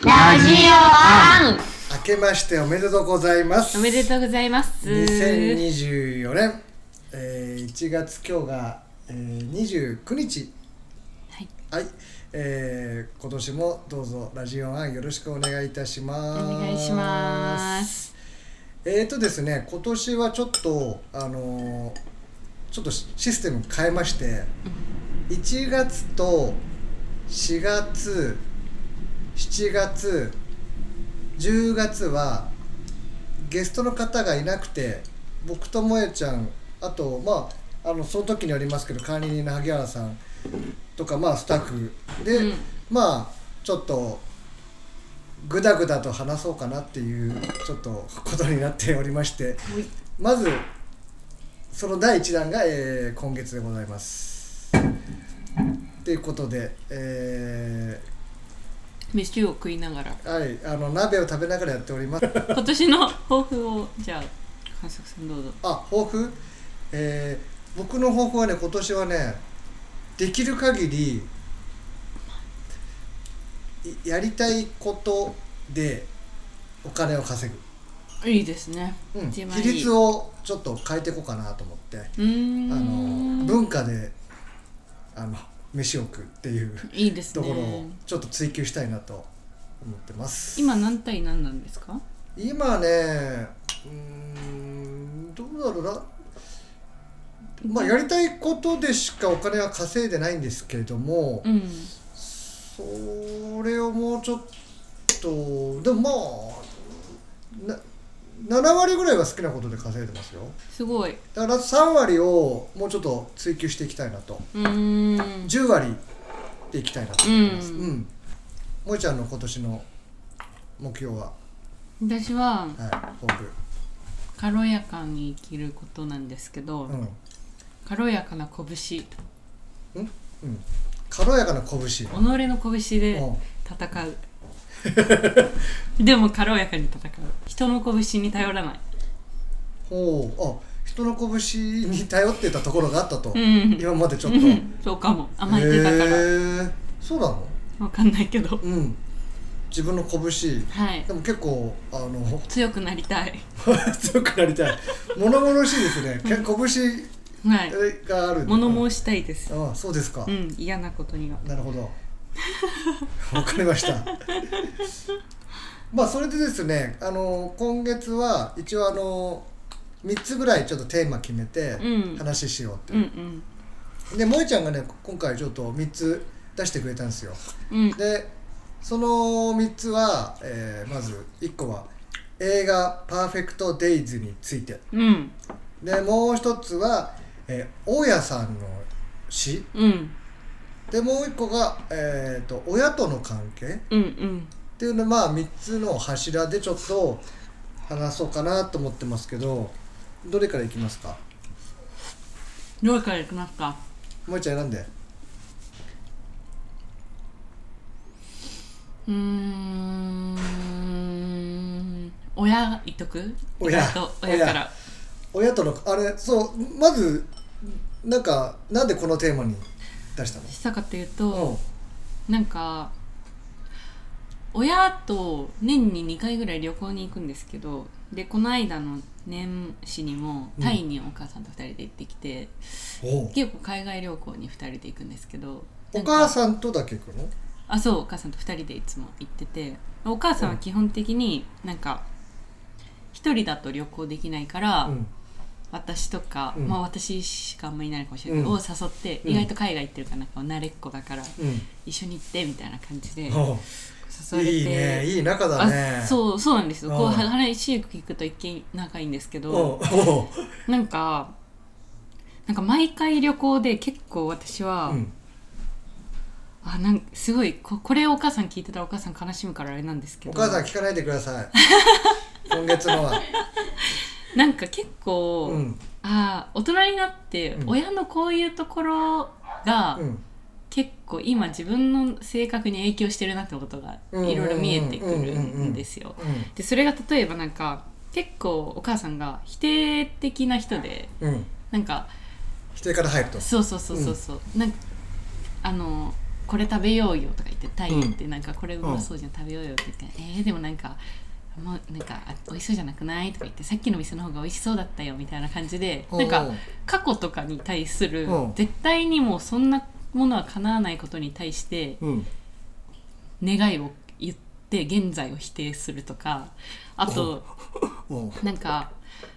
ラジオアン。 明けましておめでとうございます。 おめでとうございます。 2024年、1月今日が、29日。はい、今年もどうぞラジオアンよろしくお願いいたします。 お願いします。 ですね、今年はちょっとちょっとシステム変えまして、1月と4月、7月、10月はゲストの方がいなくて、僕ともえちゃん、あとその時にありますけど管理人の萩原さんとか、スタッフで、ちょっとグダグダと話そうかなっていうちょっとことになっておりまして、まずその第1弾が、今月でございます。ということで、 飯を食いながら、 はい、鍋を食べながらやっております。 今年の抱負をじゃあ観測さんどうぞ。 抱負、僕の抱負はね、今年はね、できる限りやりたいことでお金を稼ぐ。 いいですね、 比率をちょっと変えていこうかなと思って、文化で飯を食うっていういいですね、 ところをちょっと追求したいなと思ってます。 今何対何なんですか？ 今ね、どうだろうな、やりたいことでしかお金は稼いでないんですけれども、それをもうちょっとでも7割ぐらいは好きなことで稼いでますよ。 すごい。 だから3割をもうちょっと追求していきたいなと。10割でいきたいなと思います。もえちゃんの今年の目標は？ 私は、 抱負、 軽やかに生きることなんですけど、軽やかな拳、 軽やかな拳、己の拳で戦うでも軽やかに戦う、人の拳に頼らない。 人の拳に頼ってたところがあったと、今までちょっとそうかも、甘えてたから。 そうなの？ わかんないけど、 自分の拳、でも結構強くなりたい強くなりたい、物々しいですね、拳がある、 物申したいです。 そうですか。 嫌なことには。 なるほどわかりましたそれでですね、今月は一応3つぐらいちょっとテーマ決めて話しようって、で萌ちゃんがね、今回ちょっと3つ出してくれたんですよ。でその3つは、まず1個は映画パーフェクトデイズについて、でもう1つは、大家さんの詩、でもう1個が、親との関係、っていうの3つの柱でちょっと話そうかなと思ってますけど、どれからいきますか？ どれからいきますか？ もえちゃん選んで。 親言っとく？親から。 親とのまずなんでこのテーマに出したの？ したかというと、なんか親と年に2回ぐらい旅行に行くんですけど、でこの間の年始にもタイにお母さんと2人で行ってきて、結構海外旅行に2人で行くんですけど。 お母さんとだけ行くの？ そう、お母さんと2人でいつも行ってて、お母さんは基本的になんか1人だと旅行できないから、私とか、私しかあんまりいないかもしれないけど、を誘って、意外と海外行ってるからなんか慣れっこだから、一緒に行ってみたいな感じで誘われて、 いいね、いい仲だね。 そうなんですよ。話聞くと一見仲いいんですけど、なんか毎回旅行で結構私は、なんかすごい これをお母さん聞いてたらお母さん悲しむからあれなんですけど、 お母さん聞かないでください今月のはなんか結構、大人になって親のこういうところが、結構今自分の性格に影響してるなってことがいろいろ見えてくるんですよ。でそれが例えばなんか結構お母さんが否定的な人で、なんか否定から入ると、 そう、なんかこれ食べようよとか言ってタイ行ってなんかこれうまそうじゃん食べようよって言ってでもなんかもうなんか美味しそうじゃなくないとか言ってさっきの店の方が美味しそうだったよみたいな感じでなんか過去とかに対する絶対にもうそんなものは叶わないことに対して願いを言って現在を否定するとかあとなんか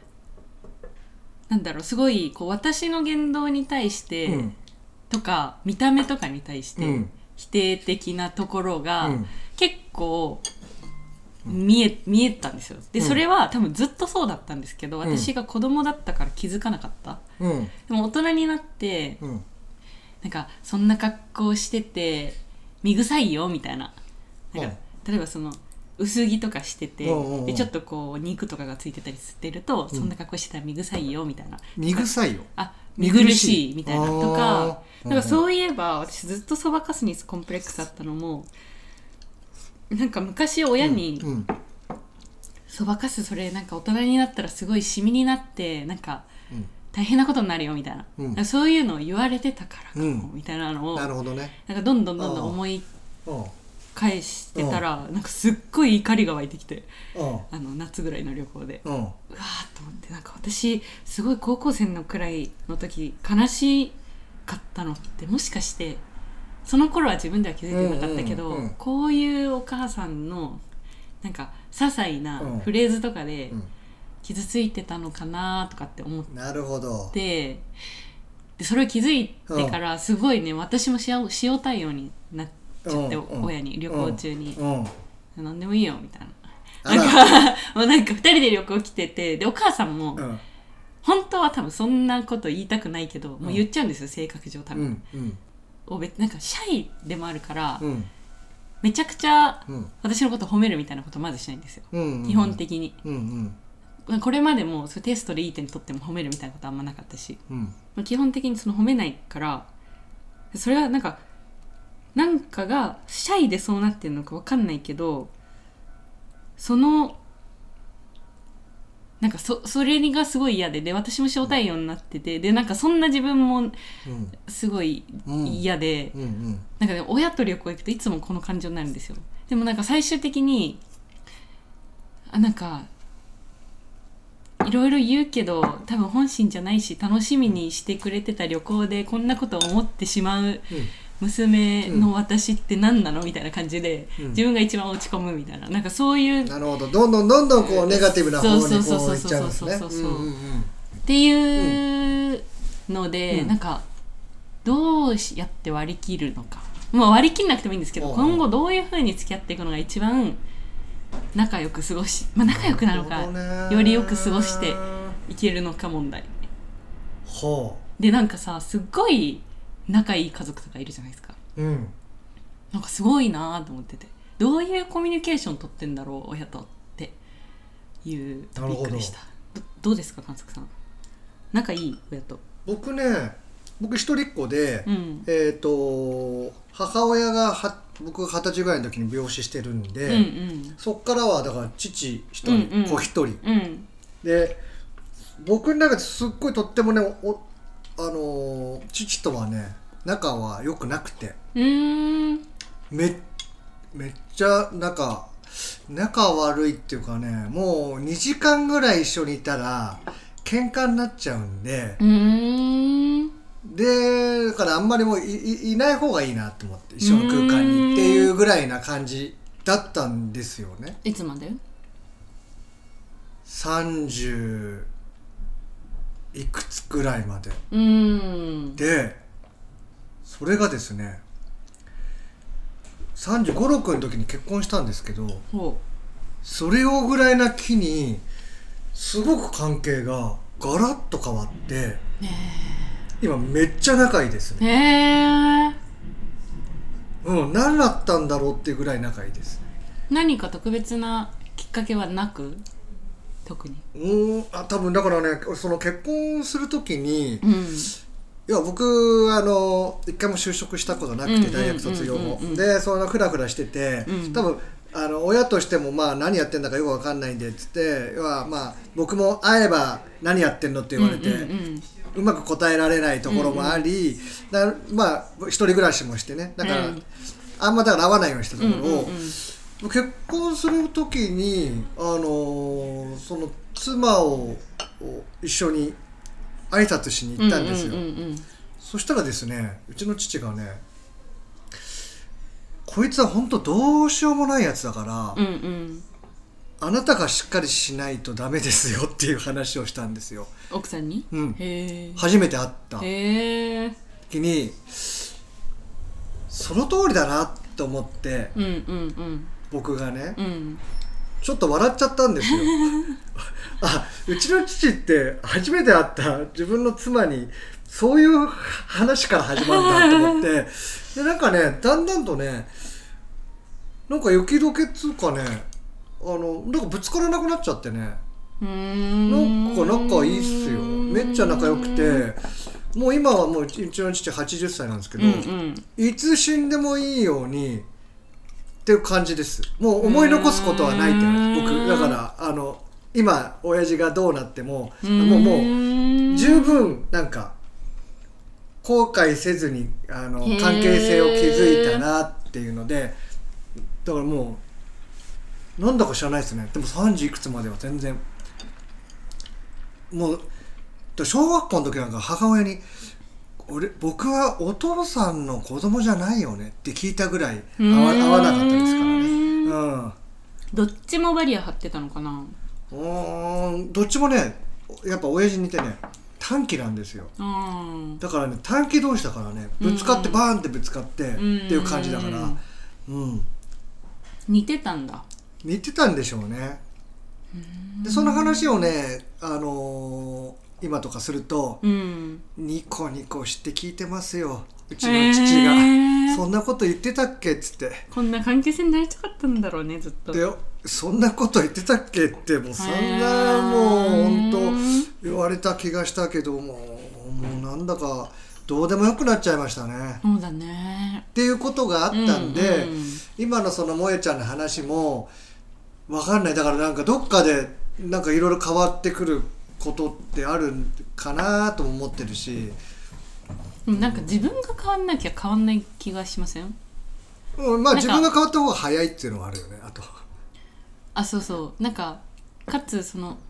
なんだろうすごいこう私の言動に対してとか見た目とかに対して否定的なところが結構見えたんですよ。でそれは多分ずっとそうだったんですけど私が子供だったから気づかなかった、でも大人になってなんかそんな格好してて見臭いよみたいな、なんか例えばその薄着とかしててでちょっとこう肉とかがついてたりしてるとそんな格好してたら見臭いよみたいな、 見臭いよ見苦しいみたいなとか、なんかそういえば私ずっとそばかすにコンプレックスあったのもなんか昔親にそばかすそれなんか大人になったらすごいシミになってなんか大変なことになるよみたいな、そういうのを言われてたからかもみたいなのをなるほどね、 なんかどんどん思い返してたらなんかすっごい怒りが湧いてきて夏ぐらいの旅行でうわーっと思ってなんか私すごい高校生のくらいの時悲しかったのってもしかしてその頃は自分では気づいてなかったけど、こういうお母さんのなんか些細なフレーズとかで傷ついてたのかなとかって思って、 なるほど。 でそれを気づいてからすごいね私も塩対応になっちゃって、親に旅行中に、何でもいいよみたいな、なんかもうなんか2人で旅行来ててでお母さんも、本当は多分そんなこと言いたくないけど、もう言っちゃうんですよ性格上多分、なんかシャイでもあるから、めちゃくちゃ私のこと褒めるみたいなことまずしないんですよ、基本的に、これまでもテストでいい点取っても褒めるみたいなことあんまなかったし、基本的にその褒めないからそれはなんかがシャイでそうなってるのか分かんないけどそのなんかそれがすごい嫌で私も小対応になっててでなんかそんな自分もすごい嫌で、なんか、ね、親と旅行行くといつもこの感情になるんですよ。でもなんか最終的になんかいろいろ言うけど多分本心じゃないし楽しみにしてくれてた旅行でこんなことを思ってしまう娘の私って何なのみたいな感じで、自分が一番落ち込むみたいな、なんかそういうなるほどどんどんこうネガティブな方にこういっちゃうんですねっていうので、なんかどうやって割り切るのか、まあ割り切んなくてもいいんですけど、今後どういう風に付き合っていくのが一番仲良く過ごし、まあ、仲良くなのかよりよく過ごしていけるのか問題で、なんかさすっごい仲いい家族とかいるじゃないですか、なんかすごいなと思ってて、どういうコミュニケーション取ってんだろう親とっていうトピックでした。どうですか監督さん、仲いい親と。 僕一人っ子で、母親が僕が20歳ぐらいの時に病死してるんで、そっからはだから父一人、子一人、で僕の中ですっごいとってもね父とはね仲は良くなくて、めっちゃ仲悪いっていうかね、もう2時間ぐらい一緒にいたら喧嘩になっちゃうんで、でだからあんまりもう いない方がいいなと思って一緒の空間にっていうぐらいな感じだったんですよね。 いつまで ？30いくつくらいまで。でそれがですね35、6の時に結婚したんですけど、それをぐらいな気にすごく関係がガラッと変わって、今めっちゃ仲いいですね。何だったんだろうっていうぐらい仲いいです。 何か特別なきっかけはなく、特に多分だからね、その結婚する時に、いや僕一回も就職したことなくて、大学卒業後でそんなフラフラしてて、多分親としてもまあ何やってんだかよく分かんないんでっつって、要はまあ僕も会えば何やってんのって言われて、 うまく答えられないところもあり、まあ一人暮らしもしてね、だから、あんまだから会わないようにしたところを、結婚する時にその妻を一緒に挨拶しに行ったんですよ。そしたらですね、うちの父がね、こいつは本当どうしようもないやつだから、あなたがしっかりしないとダメですよっていう話をしたんですよ、 奥さんに。 へー。初めて会った時にその通りだなと思って、僕がね、ちょっと笑っちゃったんですようちの父って初めて会った自分の妻にそういう話から始まるんだと思ってでなんかね、だんだんとね、なんか雪解けっつうかね、なんかぶつからなくなっちゃってね、なんか仲いいっすよ。めっちゃ仲良くて、もう今はもううちの父80歳なんですけど、いつ死んでもいいようにっていう感じです。もう思い残すことはないって僕だから今親父がどうなってももう十分なんか後悔せずに関係性を築いたなっていうので、だからもうなんだか知らないですね。でも30いくつまでは全然もう小学校の時なんか母親に僕はお父さんの子供じゃないよねって聞いたぐらい合わなかったですからね。 どっちもバリア張ってたのかな。 どっちもね、やっぱ親父に似てね短気なんですよ。だからね、短気同士だからね、ぶつかってバーンってぶつかってっていう感じだから、 似てたんだ。 似てたんでしょうね。でその話をね、今とかすると、ニコニコして聞いてますよ、うちの父が。そんなこと言ってたっけっつって。 こんな関係性になりたかったんだろうね、ずっと。 でそんなこと言ってたっけってもうそんなもう本当言われた気がしたけどもうなんだかどうでもよくなっちゃいましたね。 そうだね。 っていうことがあったんで、今のその萌ちゃんの話も分かんない。だからなんかどっかでなんかいろいろ変わってくることってあるかなとも思ってるし、 なんか自分が変わんなきゃ変わんない気がしません？ まあ自分が変わった方が早いっていうのはあるよね。あとそうそう、なんかかつその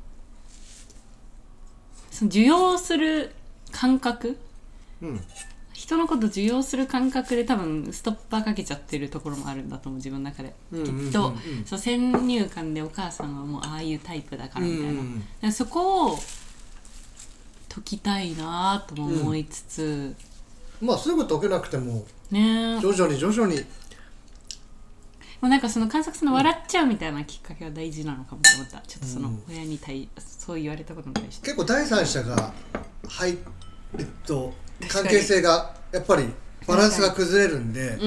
受容する感覚、人のこと受容する感覚で多分ストッパーかけちゃってるところもあるんだと思う、自分の中で。きっとそう先入観でお母さんはもうああいうタイプだからみたいな、だからそこを解きたいなとも思いつつ、 まあすぐ解けなくてもね、 徐々にもうなんかその観察の笑っちゃうみたいなきっかけは大事なのかもと思った。ちょっとその親にそう言われたことに対して結構第三者が入ると関係性がやっぱりバランスが崩れるんで、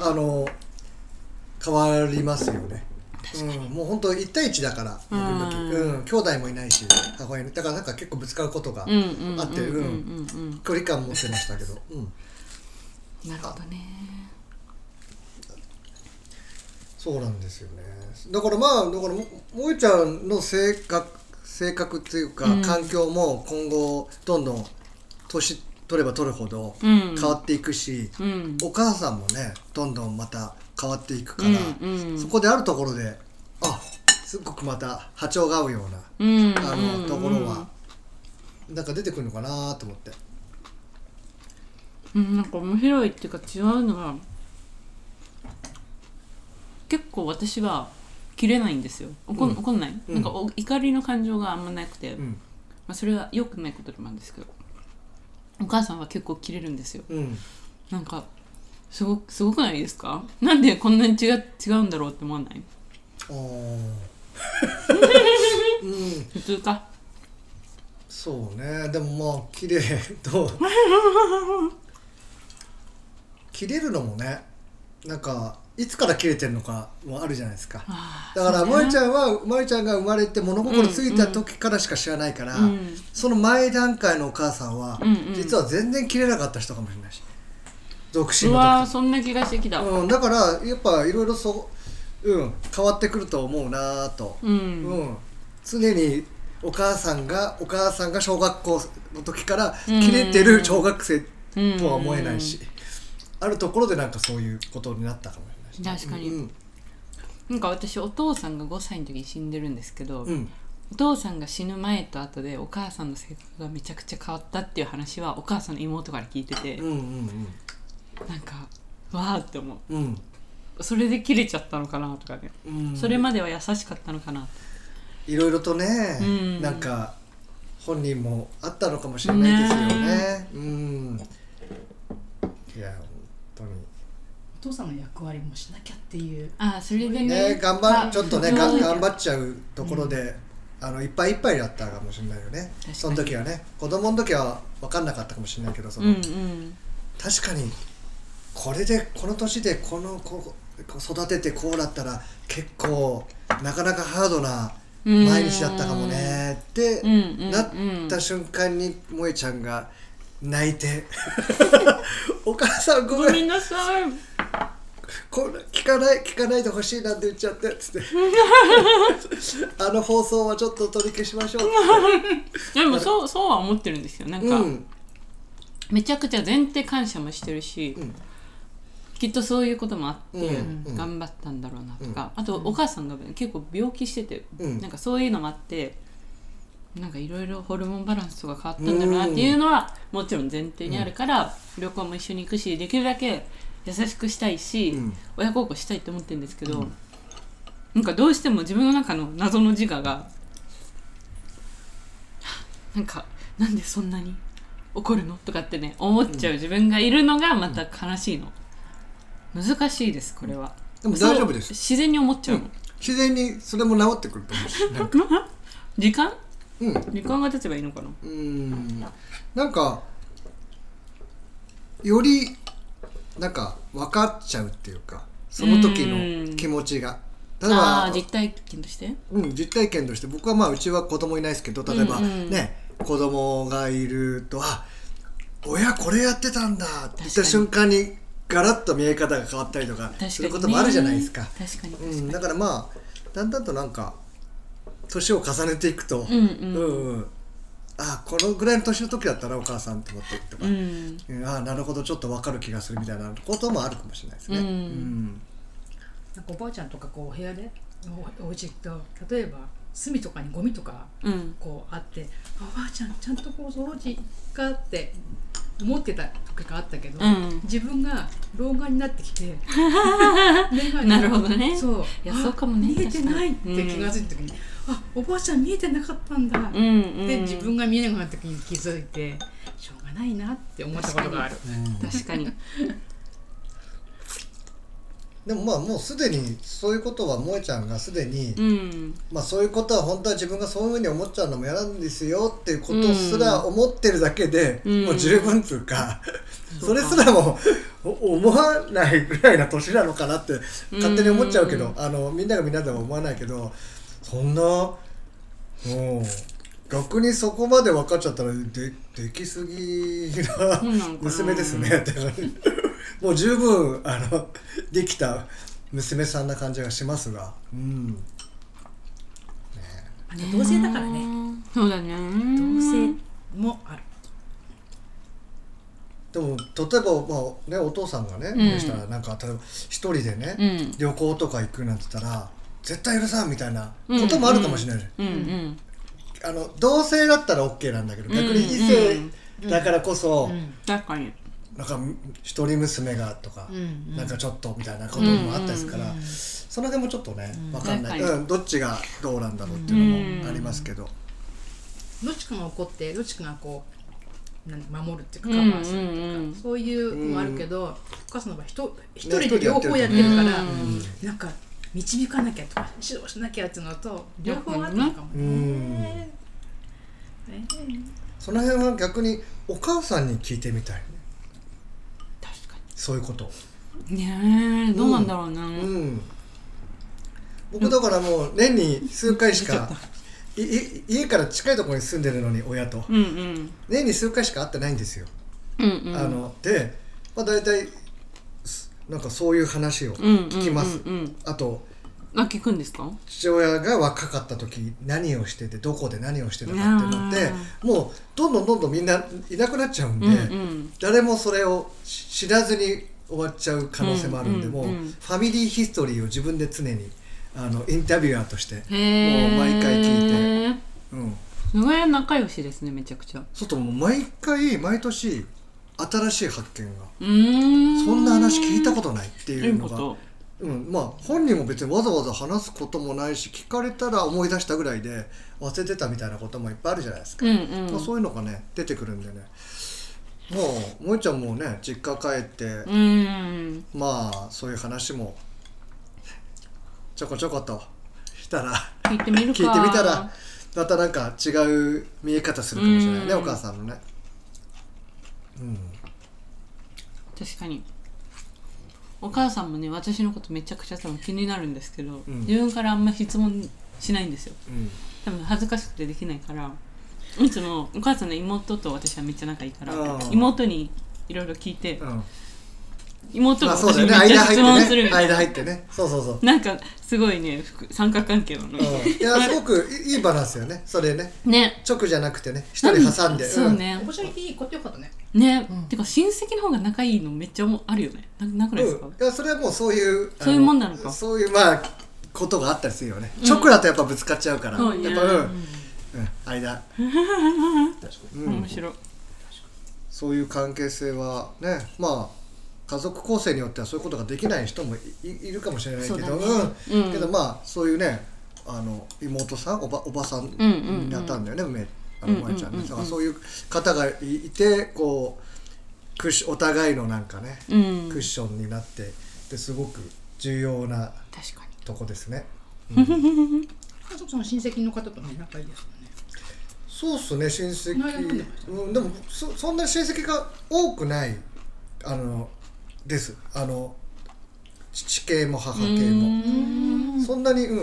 変わりますよね。もう本当1対1だから僕の時、兄弟もいないし母親にだからなんか結構ぶつかることがあって距離感持ってましたけど、 なるほどね。 そうなんですよね。だから萌ちゃんの性格っていうか、環境も今後どんどん年取れば取るほど変わっていくし、お母さんもねどんどんまた変わっていくから、そこであるところですごくまた波長が合うような、ところはなんか出てくるのかなと思って、 なんか面白いっていうか違うのが、結構私は切れないんですよ。怒んない、なんか怒りの感情があんまなくて、それは良くないことでもあるんですけど、お母さんは結構切れるんですよ。なんかすごくないですか？なんでこんなに違うんだろうって思わない？普通か。 そうね。でもまあ切れるのもね、なんかいつから切れてるのかもあるじゃないですか。だから萌ちゃんが生まれて物心ついた時からしか知らないから、その前段階のお母さんは、実は全然切れなかった人かもしれないし、独身の時。 そんな気がしてきた。 だからやっぱいろいろ変わってくると思うなと。常にお母さんが小学校の時からキレてる小学生とは思えないし、あるところでなんかそういうことになったかもしれないし、 確かに、なんか私お父さんが5歳の時に死んでるんですけど、お父さんが死ぬ前と後でお母さんの性格がめちゃくちゃ変わったっていう話はお母さんの妹から聞いてて、なんかわーって思う、それで切れちゃったのかなとかね、それまでは優しかったのかなって、 いろいろとね、なんか本人もあったのかもしれないですよね。いや本当にお父さんの役割もしなきゃっていう、 それでねちょっとね頑張っちゃうところで、いっぱいいっぱいだったかもしれないよね。その時はね、子供の時は分かんなかったかもしれないけど、確かにこれでこの年でこの子育ててこうだったら結構なかなかハードな毎日だったかもねってなった瞬間に萌ちゃんが泣いてお母さんごめんなさい、 これ聞かないでほしいなんて言っちゃってつってあの放送はちょっと取り消しましょうでもそうは思ってるんですよ。なんか、めちゃくちゃ前提感謝もしてるし、きっとそういうこともあって頑張ったんだろうなとか、あとお母さんが結構病気してて、なんかそういうのもあってなんかいろいろホルモンバランスとか変わったんだろうなっていうのはもちろん前提にあるから、旅行も一緒に行くしできるだけ優しくしたいし、親孝行したいって思ってるんですけど、なんかどうしても自分の中の謎の自我がなんかなんでそんなに怒るのとかってね思っちゃう自分がいるのがまた悲しいの。難しいですこれは。 でも大丈夫です。 自然に思っちゃうの、 自然にそれも治ってくると思うし、なんか時間が経てばいいのかな。 なんかよりなんか分かっちゃうっていうか、その時の気持ちが、例えば実体験として、 実体験として僕はうちは子供いないですけど、例えばね、子供がいると親これやってたんだって言った瞬間にガラッと見え方が変わったりとかすることもあるじゃないですか。 確かにだからだんだんとなんか年を重ねていくと、このぐらいの年の時だったらお母さんと思ってとか、なるほどちょっと分かる気がするみたいなこともあるかもしれないですね。 なんかおばあちゃんとかこう部屋でお家行くと、例えば隅とかにゴミとかこうあって、おばあちゃんちゃんとこう掃除かって思ってた時があったけど、自分が老眼になってきてなるほどね。 そうそうかもね。 見えてないって気がついた時に、おばあちゃん見えてなかったんだで、自分が見えなくなった時に気づいて、しょうがないなって思ったことがある。 確かにでももうすでにそういうことは萌ちゃんがすでに、そういうことは本当は自分がそういうふうに思っちゃうのも嫌なんですよっていうことすら思ってるだけで、もう十分つうか、それすらも思わないぐらいな年なのかなって勝手に思っちゃうけど、みんながみんなでは思わないけど、そんなもう逆にそこまで分かっちゃったらできすぎな娘ですねってもう十分できた娘さんな感じがしますが、 同性だからね。 そうだね。 同性もある。 でも例えばお父さんがね、したらなんか例えば一人でね、旅行とか行くなんて言ったら絶対許さんみたいなこともあるかもしれない。同性だったら OK なんだけど、逆に異性だからこそ、 確かになんか一人娘がとか、なんかちょっとみたいなこともあったですから、その辺もちょっとね分かんない、どっちがどうなんだろうっていうのもありますけど、 どっちかが怒ってどっちかがこう守るっていうかカバーするっていうか、そういうのもあるけど、お母さんの場合一人で両方やってるから、なんか導かなきゃとか指導しなきゃっていうのと両方あったのかもね。 その辺は逆にお母さんに聞いてみたいね。 確かにそういうことねえ、どうなんだろうな。 僕だからもう年に数回しか家から近いところに住んでるのに親と、年に数回しか会ってないんですよ。で、大体なんかそういう話を聞きます。あと聞くんですか？ 父親が若かった時何をしててどこで何をしてたかっていうのってもうどんどんみんないなくなっちゃうんで、誰もそれを知らずに終わっちゃう可能性もあるんで、もうファミリーヒストリーを自分で常にインタビュアーとしてもう毎回聞いて、 すごい仲良しですね、めちゃくちゃ。 そうともう毎年新しい発見が、そんな話聞いたことないっていうのが、まあ本人も別にわざわざ話すこともないし、聞かれたら思い出したぐらいで忘れてたみたいなこともいっぱいあるじゃないですか、まあ、そういうのがね出てくるんでね、もう萌ちゃんもね実家帰って、まあそういう話もちょこちょことしたら聞いてみるか聞いてみたらまたなんか違う見え方するかもしれないね、お母さんのね。 確かにお母さんもね、私のことめちゃくちゃ多分気になるんですけど、自分からあんま質問しないんですよ、多分恥ずかしくてできないから。いつもお母さんの妹と私はめっちゃ仲いいから、妹にいろいろ聞いて、妹が私にめっちゃ質問するみたいな、 間入ってね、そうなんかすごいね三角関係なの、 いやすごくいいバランスよね、それね直じゃなくてね、一人挟んで、 そうね、 面白いいいことよかったね。 てか親戚の方が仲いいのめっちゃあるよね。なくないですか？ いやそれはもうそういうもんなのか。 そういうまあことがあったりするよね。直だとやっぱぶつかっちゃうから、やっぱ間面白い。どそういう関係性はね、まあ家族構成によってはそういうことができない人も いるかもしれないけど、けどまあそういうね妹さんおばさんになったんだよね、萌ちゃんね。だからそういう方がいてこうお互いのなんかね、クッションになってですごく重要なとこですね。 家族の親戚の方とね仲いいですよね。 そうっすね、親戚、でもそんなに親戚が多くないです父系も母系もそんなに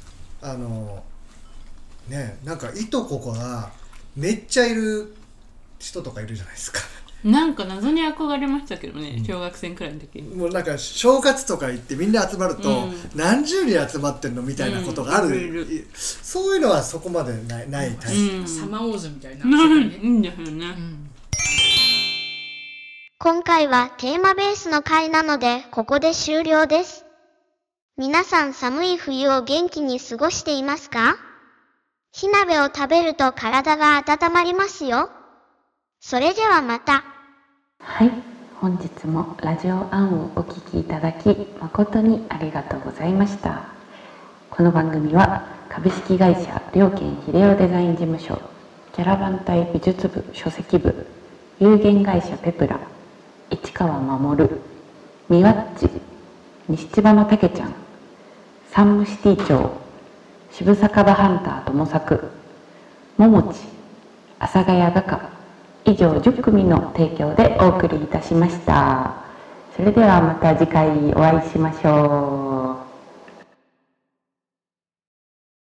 ね、なんかいとこがめっちゃいる人とかいるじゃないですか。 なんか謎に憧れましたけどね、小学生くらいの時に。 もうなんか正月とか行ってみんな集まると、何十人集まってんのみたいなことがある、そういうのはそこまでないタイプ、 サマーウォーズみたいな世界ね。 いいんですよね。 今回はテーマベースの回なのでここで終了です。皆さん寒い冬を元気に過ごしていますか？火鍋を食べると体が温まりますよ。それではまた。 はい、本日もラジオアンをお聞きいただき誠にありがとうございました。この番組は株式会社良健秀夫デザイン事務所、キャラバン隊美術部書籍部、有限会社ペプラ、市川守、みわっち、西千葉のたけちゃん、サンムシティ町、渋酒場ハンターともさく、ももち、阿佐ヶ谷画家、以上10組の提供でお送りいたしました。それではまた次回お会いしましょう。